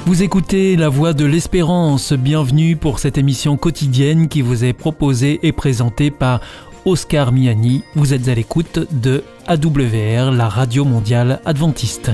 Vous écoutez La Voix de l'Espérance. Bienvenue pour cette émission quotidienne qui vous est proposée et présentée par Oscar Miani. Vous êtes à l'écoute de AWR, la radio mondiale adventiste.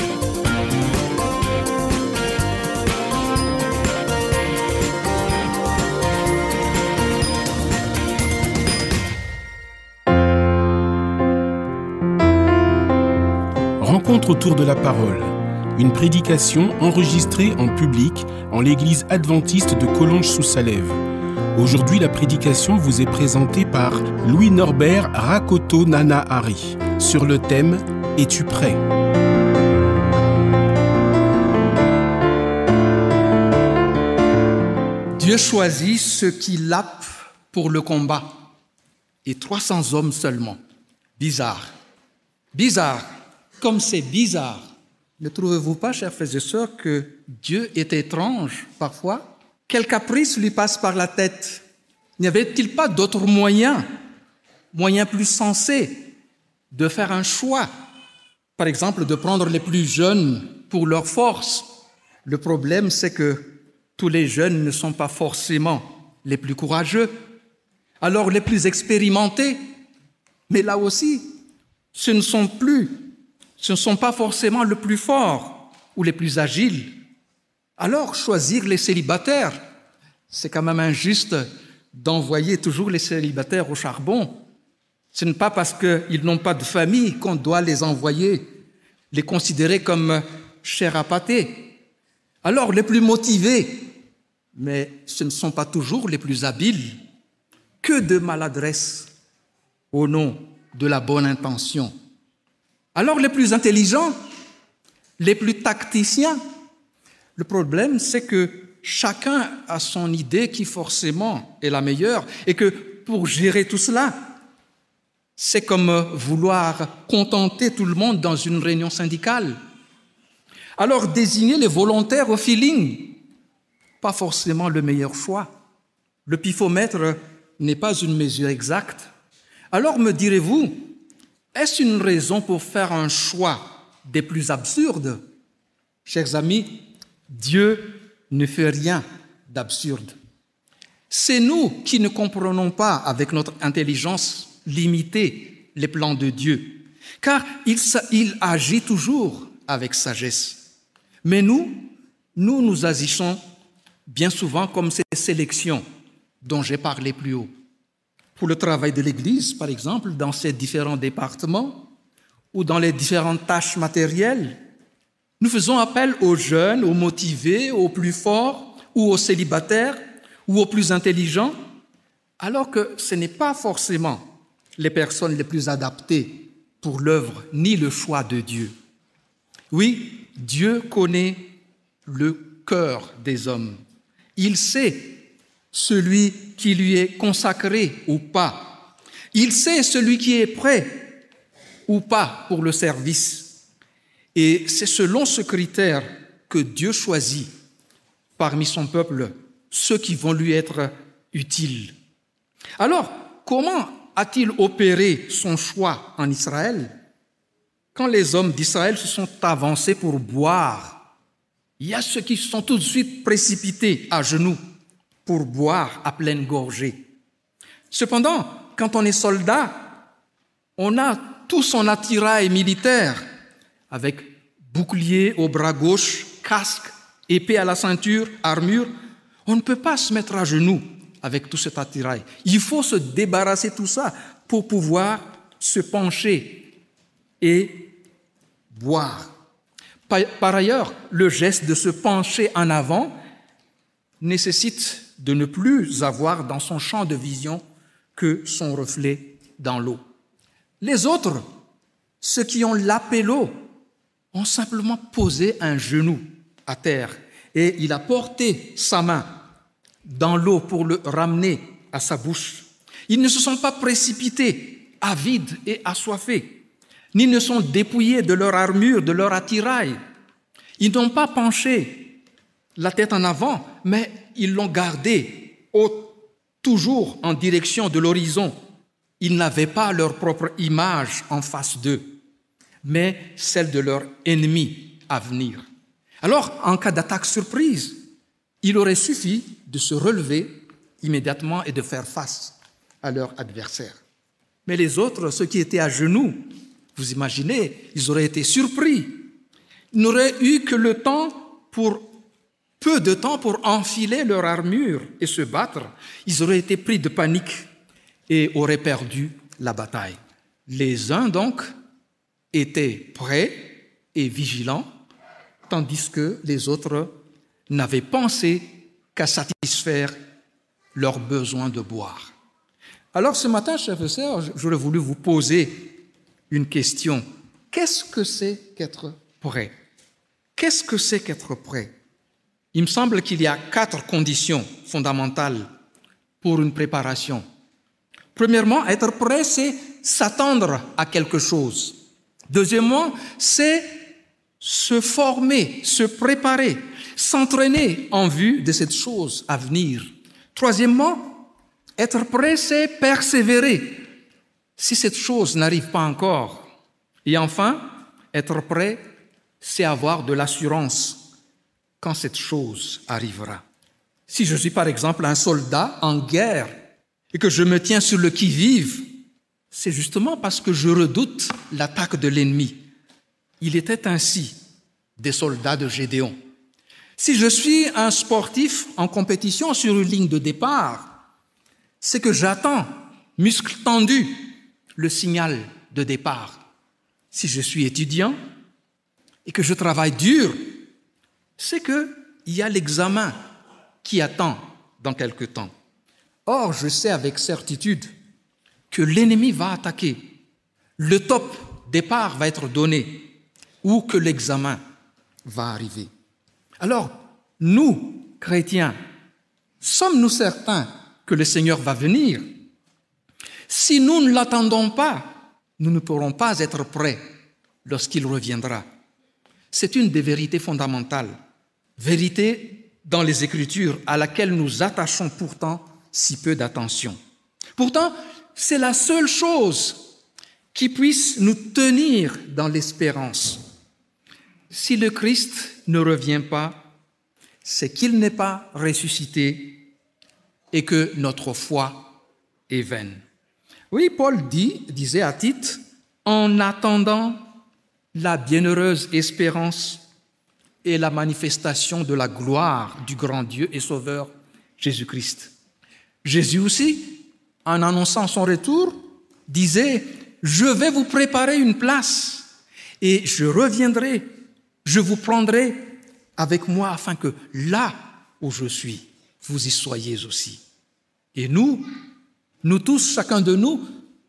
Rencontre autour de la parole. Une prédication enregistrée en public en l'église adventiste de Collonges-sous-Salève. Aujourd'hui, la prédication vous est présentée par Louis-Norbert Rakoto Nana Hari sur le thème « Es-tu prêt ?» Dieu choisit ceux qui lapent pour le combat, et 300 hommes seulement. Bizarre. Bizarre. Comme c'est bizarre. Ne trouvez-vous pas, chers frères et sœurs, que Dieu est étrange parfois? Quel caprice lui passe par la tête? N'y avait-il pas d'autres moyens plus sensés de faire un choix? Par exemple, de prendre les plus jeunes pour leur force. Le problème, c'est que tous les jeunes ne sont pas forcément les plus courageux. Alors les plus expérimentés, mais là aussi, ce ne sont pas forcément les plus forts ou les plus agiles. Alors, choisir les célibataires, c'est quand même injuste d'envoyer toujours les célibataires au charbon. Ce n'est pas parce qu'ils n'ont pas de famille qu'on doit les envoyer, les considérer comme chair à pâté. Alors, les plus motivés, mais ce ne sont pas toujours les plus habiles. Que de maladresse au nom de la bonne intention. Alors les plus intelligents, les plus tacticiens, le problème c'est que chacun a son idée qui forcément est la meilleure et que pour gérer tout cela, c'est comme vouloir contenter tout le monde dans une réunion syndicale. Alors désigner les volontaires au feeling, pas forcément le meilleur choix. Le pifomètre n'est pas une mesure exacte. Alors me direz-vous, est-ce une raison pour faire un choix des plus absurdes? Chers amis, Dieu ne fait rien d'absurde. C'est nous qui ne comprenons pas avec notre intelligence limitée les plans de Dieu, car il agit toujours avec sagesse. Mais nous agissons bien souvent comme ces sélections dont j'ai parlé plus haut. Pour le travail de l'Église, par exemple, dans ses différents départements ou dans les différentes tâches matérielles, nous faisons appel aux jeunes, aux motivés, aux plus forts ou aux célibataires ou aux plus intelligents, alors que ce n'est pas forcément les personnes les plus adaptées pour l'œuvre ni le choix de Dieu. Oui, Dieu connaît le cœur des hommes. Il sait celui qui lui est consacré ou pas. Il sait celui qui est prêt ou pas pour le service. Et c'est selon ce critère que Dieu choisit parmi son peuple ceux qui vont lui être utiles. Alors, comment a-t-il opéré son choix en Israël? Quand les hommes d'Israël se sont avancés pour boire, il y a ceux qui se sont tout de suite précipités à genoux pour boire à pleine gorgée. Cependant, quand on est soldat, on a tout son attirail militaire, avec bouclier au bras gauche, casque, épée à la ceinture, armure. On ne peut pas se mettre à genoux avec tout cet attirail. Il faut se débarrasser de tout ça pour pouvoir se pencher et boire. Par ailleurs, le geste de se pencher en avant nécessite de ne plus avoir dans son champ de vision que son reflet dans l'eau. Les autres, ceux qui ont lapé l'eau, ont simplement posé un genou à terre et il a porté sa main dans l'eau pour le ramener à sa bouche. Ils ne se sont pas précipités, avides et assoiffés, ni ne sont dépouillés de leur armure, de leur attirail. Ils n'ont pas penché la tête en avant, mais ils l'ont gardée haute, toujours en direction de l'horizon. Ils n'avaient pas leur propre image en face d'eux, mais celle de leur ennemi à venir. Alors, en cas d'attaque surprise, il aurait suffi de se relever immédiatement et de faire face à leur adversaire. Mais les autres, ceux qui étaient à genoux, vous imaginez, ils auraient été surpris. Ils n'auraient eu que peu de temps pour enfiler leur armure et se battre. Ils auraient été pris de panique et auraient perdu la bataille. Les uns, donc, étaient prêts et vigilants, tandis que les autres n'avaient pensé qu'à satisfaire leurs besoins de boire. Alors ce matin, chers et sœurs, j'aurais voulu vous poser une question. Qu'est-ce que c'est qu'être prêt? Qu'est-ce que c'est qu'être prêt? Il me semble qu'il y a 4 conditions fondamentales pour une préparation. Premièrement, être prêt, c'est s'attendre à quelque chose. Deuxièmement, c'est se former, se préparer, s'entraîner en vue de cette chose à venir. Troisièmement, être prêt, c'est persévérer si cette chose n'arrive pas encore. Et enfin, être prêt, c'est avoir de l'assurance quand cette chose arrivera. Si je suis par exemple un soldat en guerre et que je me tiens sur le qui-vive, c'est justement parce que je redoute l'attaque de l'ennemi. Il était ainsi des soldats de Gédéon. Si je suis un sportif en compétition sur une ligne de départ, c'est que j'attends, muscles tendus, le signal de départ. Si je suis étudiant et que je travaille dur, c'est qu'il y a l'examen qui attend dans quelque temps. Or, je sais avec certitude que l'ennemi va attaquer, le top départ va être donné ou que l'examen va arriver. Alors, nous, chrétiens, sommes-nous certains que le Seigneur va venir? Si nous ne l'attendons pas, nous ne pourrons pas être prêts lorsqu'il reviendra. C'est une des vérités fondamentales, vérité dans les Écritures à laquelle nous attachons pourtant si peu d'attention. Pourtant, c'est la seule chose qui puisse nous tenir dans l'espérance. Si le Christ ne revient pas, c'est qu'il n'est pas ressuscité et que notre foi est vaine. Oui, Paul disait à Tite, en attendant la bienheureuse espérance et la manifestation de la gloire du grand Dieu et Sauveur Jésus-Christ. Jésus aussi, en annonçant son retour, disait « Je vais vous préparer une place et je reviendrai, je vous prendrai avec moi afin que là où je suis, vous y soyez aussi. » Et nous tous, chacun de nous,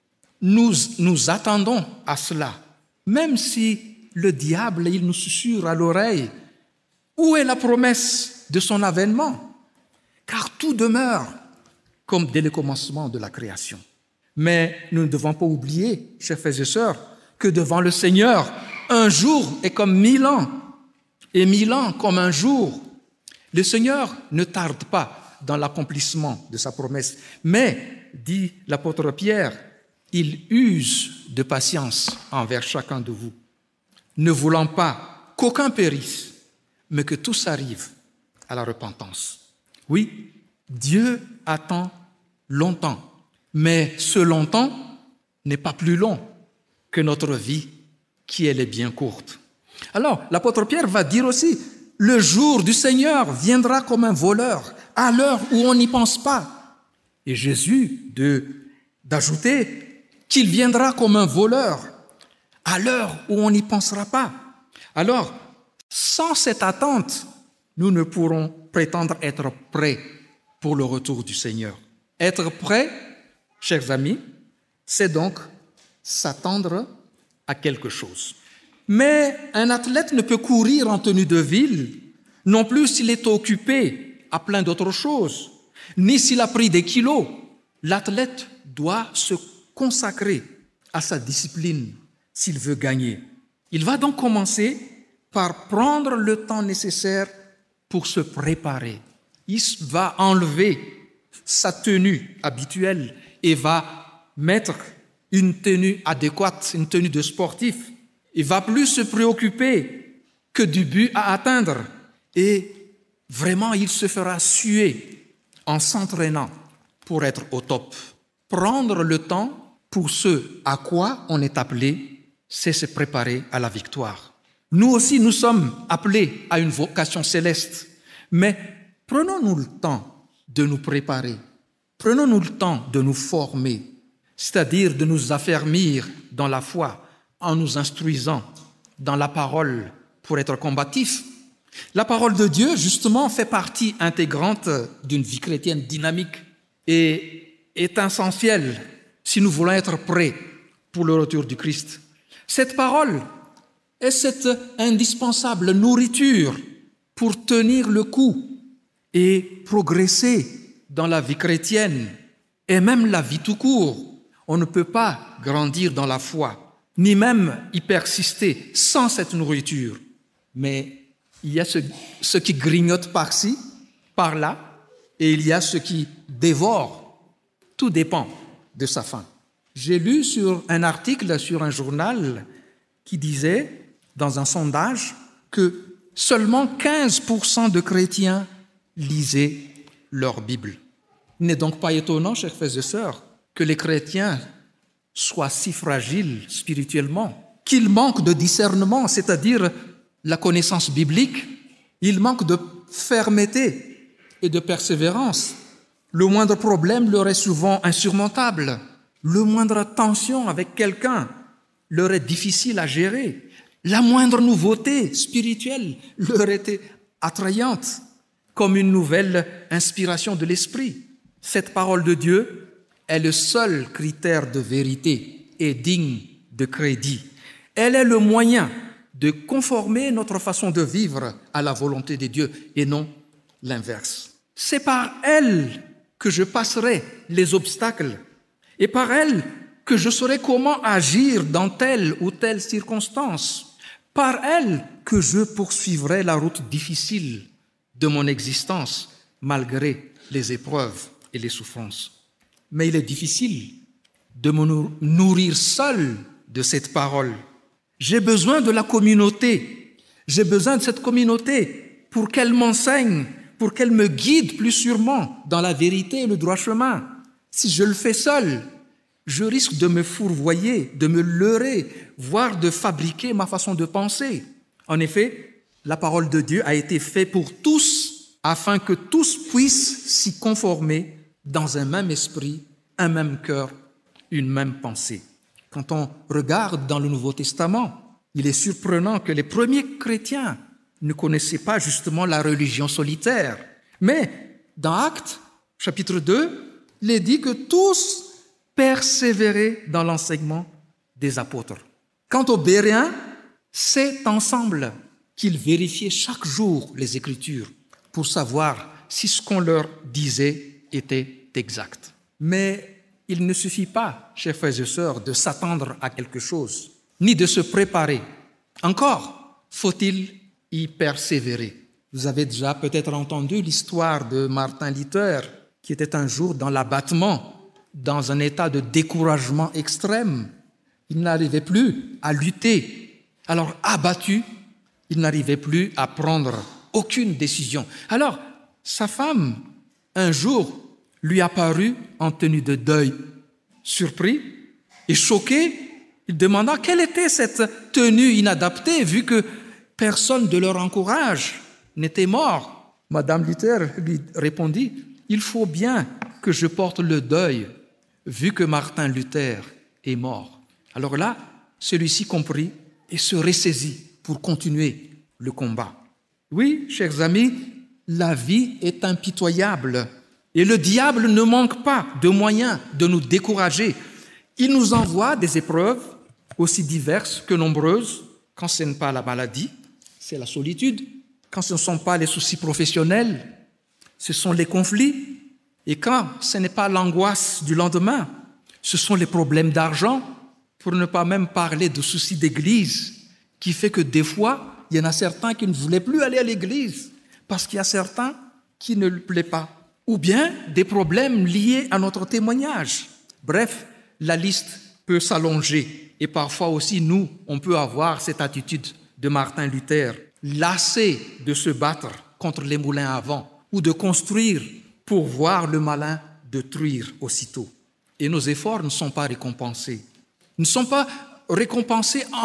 nous attendons à cela, même si le diable, il nous susurre à l'oreille « Où est la promesse de son avènement ?» Car tout demeure comme dès le commencement de la création. Mais nous ne devons pas oublier, chers frères et sœurs, que devant le Seigneur, un jour est comme 1000 ans, et 1000 ans comme un jour. Le Seigneur ne tarde pas dans l'accomplissement de sa promesse, mais, dit l'apôtre Pierre, il use de patience envers chacun de vous, ne voulant pas qu'aucun périsse, mais que tous arrivent à la repentance. Oui, Dieu attend longtemps, mais ce longtemps n'est pas plus long que notre vie, qui elle est bien courte. Alors, l'apôtre Pierre va dire aussi, le jour du Seigneur viendra comme un voleur, à l'heure où on n'y pense pas. Et Jésus d'ajouter qu'il viendra comme un voleur, à l'heure où on n'y pensera pas. Alors, sans cette attente, nous ne pourrons prétendre être prêts pour le retour du Seigneur. Être prêt, chers amis, c'est donc s'attendre à quelque chose. Mais un athlète ne peut courir en tenue de ville, non plus s'il est occupé à plein d'autres choses, ni s'il a pris des kilos. L'athlète doit se consacrer à sa discipline s'il veut gagner. Il va donc commencer par prendre le temps nécessaire pour se préparer. Il va enlever sa tenue habituelle et va mettre une tenue adéquate, une tenue de sportif. Il ne va plus se préoccuper que du but à atteindre. Et vraiment, il se fera suer en s'entraînant pour être au top. Prendre le temps pour ce à quoi on est appelé, c'est se préparer à la victoire. Nous aussi, nous sommes appelés à une vocation céleste. Mais prenons-nous le temps de nous préparer. Prenons-nous le temps de nous former, c'est-à-dire de nous affermir dans la foi en nous instruisant dans la parole pour être combatifs. La parole de Dieu, justement, fait partie intégrante d'une vie chrétienne dynamique et est essentielle si nous voulons être prêts pour le retour du Christ. Cette parole est cette indispensable nourriture pour tenir le coup et progresser dans la vie chrétienne et même la vie tout court. On ne peut pas grandir dans la foi, ni même y persister sans cette nourriture. Mais il y a ceux qui grignotent par-ci, par-là, et il y a ceux qui dévorent. Tout dépend de sa faim. J'ai lu sur un article sur un journal qui disait, dans un sondage, que seulement 15% de chrétiens lisaient leur Bible. Il n'est donc pas étonnant, chers frères et sœurs, que les chrétiens soient si fragiles spirituellement, qu'ils manquent de discernement, c'est-à-dire la connaissance biblique, ils manquent de fermeté et de persévérance. Le moindre problème leur est souvent insurmontable. Le moindre tension avec quelqu'un leur est difficile à gérer. La moindre nouveauté spirituelle leur était attrayante, comme une nouvelle inspiration de l'esprit. Cette parole de Dieu est le seul critère de vérité et digne de crédit. Elle est le moyen de conformer notre façon de vivre à la volonté de Dieu et non l'inverse. C'est par elle que je passerai les obstacles et par elle que je saurai comment agir dans telle ou telle circonstance. Par elle que je poursuivrai la route difficile de mon existence malgré les épreuves et les souffrances. Mais il est difficile de me nourrir seul de cette parole. J'ai besoin de la communauté. J'ai besoin de cette communauté pour qu'elle m'enseigne, pour qu'elle me guide plus sûrement dans la vérité et le droit chemin. Si je le fais seul, je risque de me fourvoyer, de me leurrer, voire de fabriquer ma façon de penser. En effet, la parole de Dieu a été faite pour tous, afin que tous puissent s'y conformer dans un même esprit, un même cœur, une même pensée. Quand on regarde dans le Nouveau Testament, il est surprenant que les premiers chrétiens ne connaissaient pas justement la religion solitaire. Mais dans Actes, chapitre 2, il est dit que tous persévéraient dans l'enseignement des apôtres. Quant aux Béréens, c'est ensemble qu'ils vérifiaient chaque jour les Écritures pour savoir si ce qu'on leur disait était exact. Mais il ne suffit pas, chers frères et sœurs, de s'attendre à quelque chose, ni de se préparer. Encore faut-il y persévérer. Vous avez déjà peut-être entendu l'histoire de Martin Luther, qui était un jour dans l'abattement, dans un état de découragement extrême. Il n'arrivait plus à lutter. Alors, abattu, il n'arrivait plus à prendre aucune décision. Alors, sa femme, un jour, lui apparut en tenue de deuil. Surpris et choqué, il demanda quelle était cette tenue inadaptée vu que personne de leur entourage n'était mort. Madame Luther lui répondit, « Il faut bien que je porte le deuil vu que Martin Luther est mort. » Alors là, celui-ci comprit et se ressaisit pour continuer le combat. Oui, chers amis, la vie est impitoyable. Et le diable ne manque pas de moyens de nous décourager. Il nous envoie des épreuves aussi diverses que nombreuses. Quand ce n'est pas la maladie, c'est la solitude. Quand ce ne sont pas les soucis professionnels, ce sont les conflits. Et quand ce n'est pas l'angoisse du lendemain, ce sont les problèmes d'argent, pour ne pas même parler de soucis d'église, qui fait que des fois, il y en a certains qui ne voulaient plus aller à l'église parce qu'il y a certains qui ne lui plaisent pas. Ou bien des problèmes liés à notre témoignage. Bref, la liste peut s'allonger. Et parfois aussi, nous, on peut avoir cette attitude de Martin Luther. lassés de se battre contre les moulins à vent ou de construire pour voir le malin détruire aussitôt. Et nos efforts ne sont pas récompensés. Ils ne sont pas récompensés à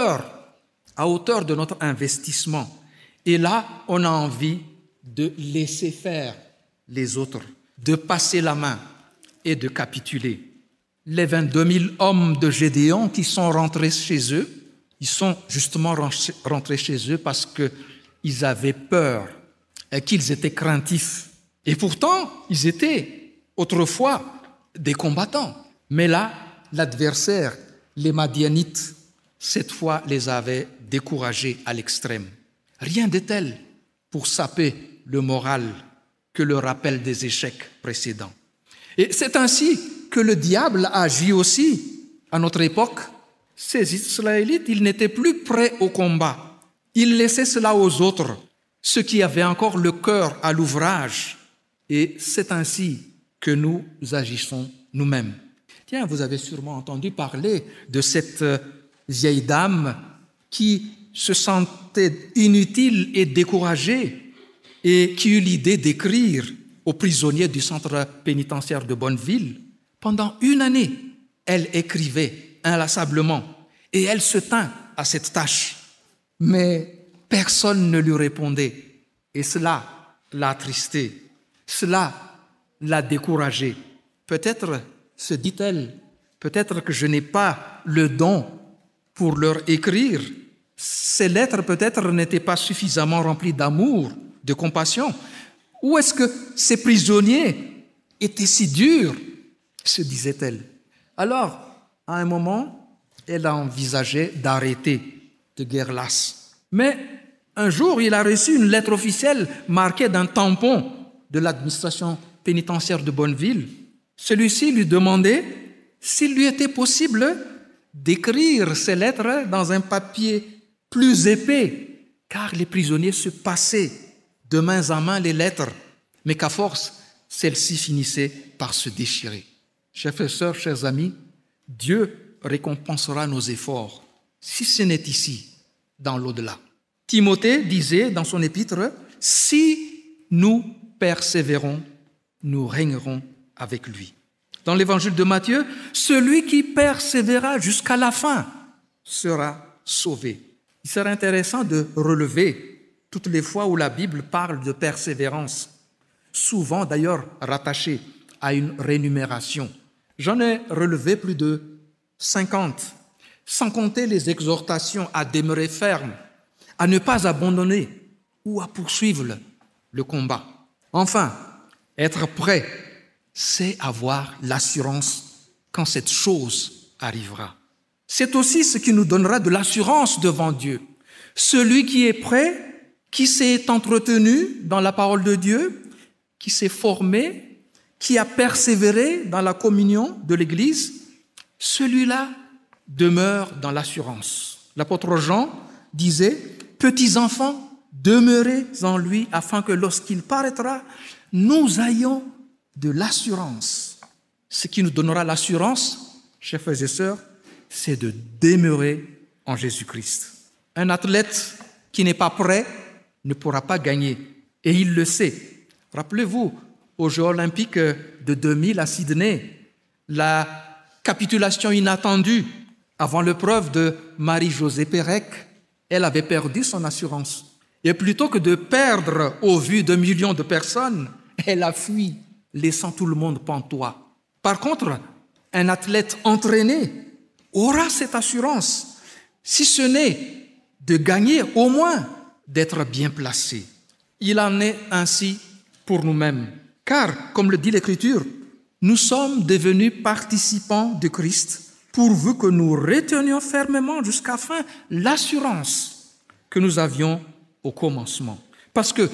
hauteur de notre investissement. Et là, on a envie de laisser faire les autres, de passer la main et de capituler. Les 22 000 hommes de Gédéon qui sont rentrés chez eux, ils sont justement rentrés chez eux parce qu'ils avaient peur et qu'ils étaient craintifs. Et pourtant, ils étaient autrefois des combattants. Mais là, l'adversaire, les Madianites, cette fois les avait découragés à l'extrême. Rien de tel pour saper le moral que le rappel des échecs précédents. Et c'est ainsi que le diable agit aussi à notre époque. Ces Israélites, ils n'étaient plus prêts au combat. Ils laissaient cela aux autres, ceux qui avaient encore le cœur à l'ouvrage. Et c'est ainsi que nous agissons nous-mêmes. Tiens, vous avez sûrement entendu parler de cette vieille dame qui se sentait inutile et découragée et qui eut l'idée d'écrire aux prisonniers du centre pénitentiaire de Bonneville. Pendant 1 année, elle écrivait inlassablement et elle se tint à cette tâche. Mais personne ne lui répondait et cela l'a attristée, cela l'a découragée. Peut-être, se dit-elle, peut-être que je n'ai pas le don pour leur écrire. Ces lettres peut-être n'étaient pas suffisamment remplies d'amour, de compassion. Ou est-ce que ces prisonniers étaient si durs, se disait-elle. Alors, à un moment, elle a envisagé d'arrêter de guerre lasse. Mais un jour, il a reçu une lettre officielle marquée d'un tampon de l'administration pénitentiaire de Bonneville. Celui-ci lui demandait s'il lui était possible d'écrire ces lettres dans un papier plus épais, car les prisonniers se passaient de main en main les lettres, mais qu'à force, celles-ci finissaient par se déchirer. Chers frères et sœurs, chers amis, Dieu récompensera nos efforts, si ce n'est ici, dans l'au-delà. Timothée disait dans son épître, « Si nous persévérons, nous régnerons avec lui. » Dans l'évangile de Matthieu, « Celui qui persévérera jusqu'à la fin sera sauvé. » Il serait intéressant de relever toutes les fois où la Bible parle de persévérance, souvent d'ailleurs rattachée à une rémunération. J'en ai relevé plus de 50, sans compter les exhortations à demeurer ferme, à ne pas abandonner ou à poursuivre le combat. Enfin, être prêt, c'est avoir l'assurance quand cette chose arrivera. C'est aussi ce qui nous donnera de l'assurance devant Dieu. Celui qui est prêt, qui s'est entretenu dans la parole de Dieu, qui s'est formé, qui a persévéré dans la communion de l'Église, celui-là demeure dans l'assurance. L'apôtre Jean disait, « Petits enfants, demeurez en lui afin que lorsqu'il paraîtra, nous ayons de l'assurance. » Ce qui nous donnera l'assurance, chers frères et sœurs, c'est de demeurer en Jésus-Christ. Un athlète qui n'est pas prêt ne pourra pas gagner, et il le sait. Rappelez-vous, aux Jeux olympiques de 2000 à Sydney, la capitulation inattendue avant l'épreuve de Marie-Josée Pérec, elle avait perdu son assurance. Et plutôt que de perdre au vu de millions de personnes, elle a fui, laissant tout le monde pantois. Par contre, un athlète entraîné aura cette assurance, si ce n'est de gagner, au moins d'être bien placé. Il en est ainsi pour nous-mêmes. Car, comme le dit l'Écriture, nous sommes devenus participants de Christ, pourvu que nous retenions fermement jusqu'à la fin l'assurance que nous avions au commencement. Parce que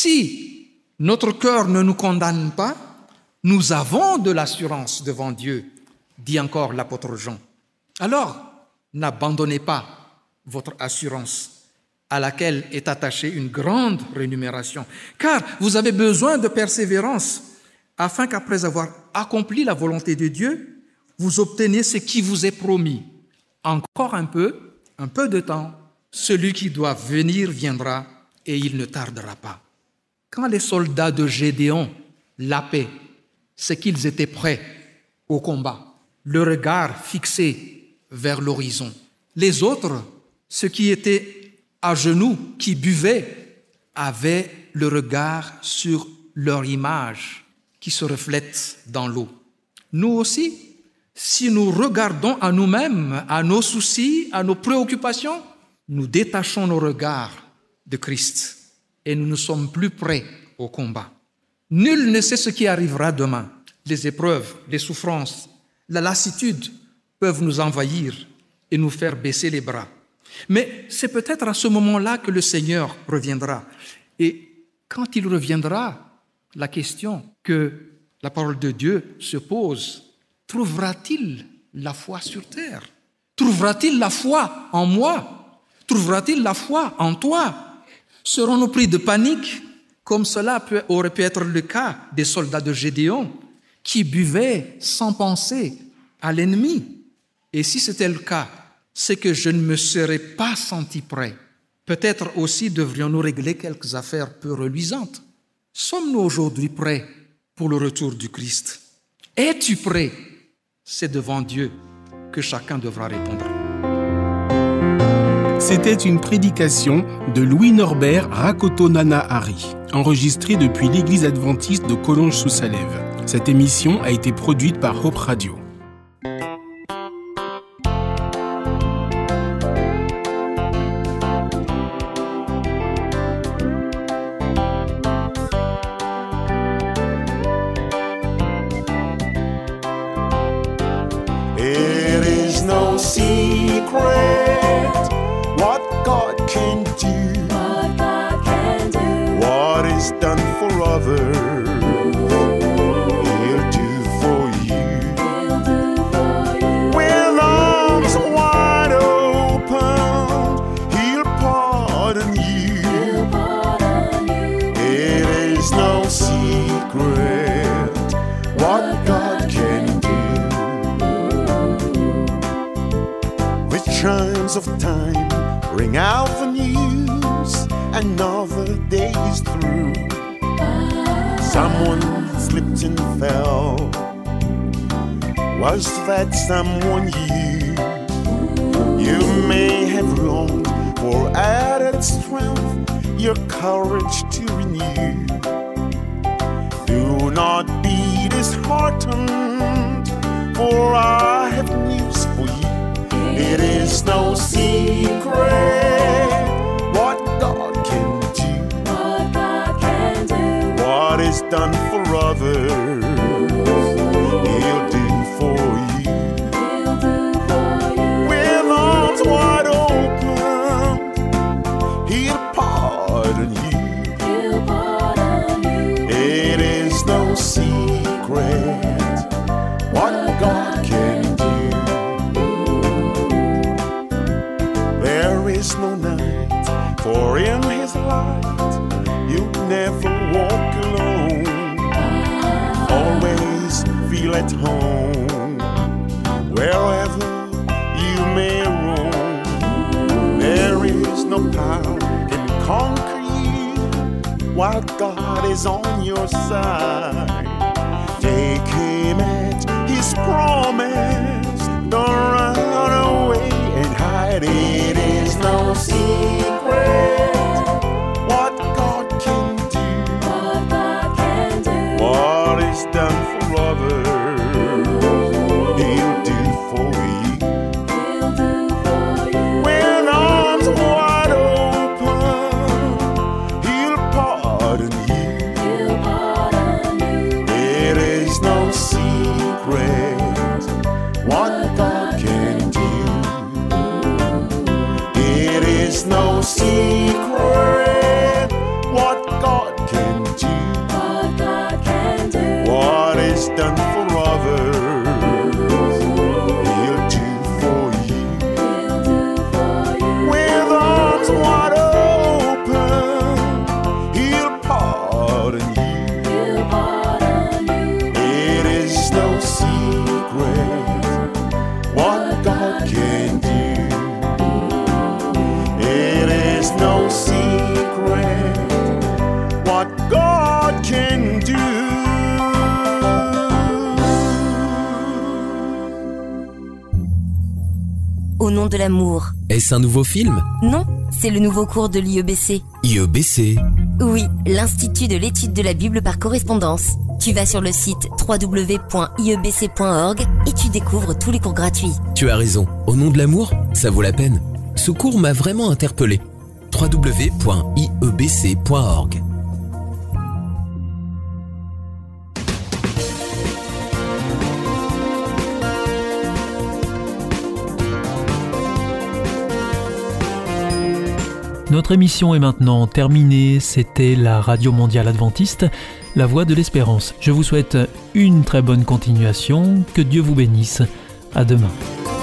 si notre cœur ne nous condamne pas, nous avons de l'assurance devant Dieu, dit encore l'apôtre Jean. Alors, n'abandonnez pas votre assurance à laquelle est attachée une grande rémunération, car vous avez besoin de persévérance afin qu'après avoir accompli la volonté de Dieu, vous obteniez ce qui vous est promis. Encore un peu de temps, celui qui doit venir viendra et il ne tardera pas. Quand les soldats de Gédéon lappaient, c'est qu'ils étaient prêts au combat, le regard fixé vers l'horizon. Les autres, ceux qui étaient à genoux, qui buvaient, avaient le regard sur leur image qui se reflète dans l'eau. Nous aussi, si nous regardons à nous-mêmes, à nos soucis, à nos préoccupations, nous détachons nos regards de Christ et nous ne sommes plus prêts au combat. Nul ne sait ce qui arrivera demain. Les épreuves, les souffrances, la lassitude peuvent nous envahir et nous faire baisser les bras. Mais c'est peut-être à ce moment-là que le Seigneur reviendra. Et quand il reviendra, la question que la parole de Dieu se pose, trouvera-t-il la foi sur terre? Trouvera-t-il la foi en moi? Trouvera-t-il la foi en toi? Serons-nous pris de panique, comme cela aurait pu être le cas des soldats de Gédéon, qui buvaient sans penser à l'ennemi? Et si c'était le cas, c'est que je ne me serais pas senti prêt. Peut-être aussi devrions-nous régler quelques affaires peu reluisantes. Sommes-nous aujourd'hui prêts pour le retour du Christ? Es-tu prêt? C'est devant Dieu que chacun devra répondre. C'était une prédication de Louis-Norbert Rakotonana-Hari, enregistrée depuis l'église adventiste de Collonges-sous-Salève. Cette émission a été produite par Hope Radio. It is no secret what God can do. What is done for others, He'll do for you. With arms wide open, He'll pardon you. It is no secret what God can do. With chimes of time ring out the news, another day is through. Someone slipped and fell. Was that someone you? You may have longed for added strength, your courage to renew. Do not be disheartened, for I have news for you. It is no secret what God can do. What is done for others, He'll do for you. With arms wide open, He'll pardon you. It is no secret what God can do. There is no night, for in His light you never walk alone. Always feel at home wherever you may roam. There is no power can conquer you while God is on your side. Take Him at His promise, don't run away and hide. It is no secret what God can do. What is done for others, He'll do for you. With arms wide open, He'll pardon you. It is no secret what God can do. It is no secret what God can do. What is done for others, He'll do for you. With arms wide open, He'll pardon you. It is no secret what God can do. It no secret what God can do. Au nom de l'amour. Est-ce un nouveau film? Non, c'est le nouveau cours de l'IEBC. IEBC? Oui, l'Institut de l'étude de la Bible par correspondance. Tu vas sur le site www.iebc.org et tu découvres tous les cours gratuits. Tu as raison, au nom de l'amour, ça vaut la peine. Ce cours m'a vraiment interpellé. www.iebc.org. Notre émission est maintenant terminée. C'était la Radio Mondiale Adventiste, la Voix de l'Espérance. Je vous souhaite une très bonne continuation. Que Dieu vous bénisse. À demain.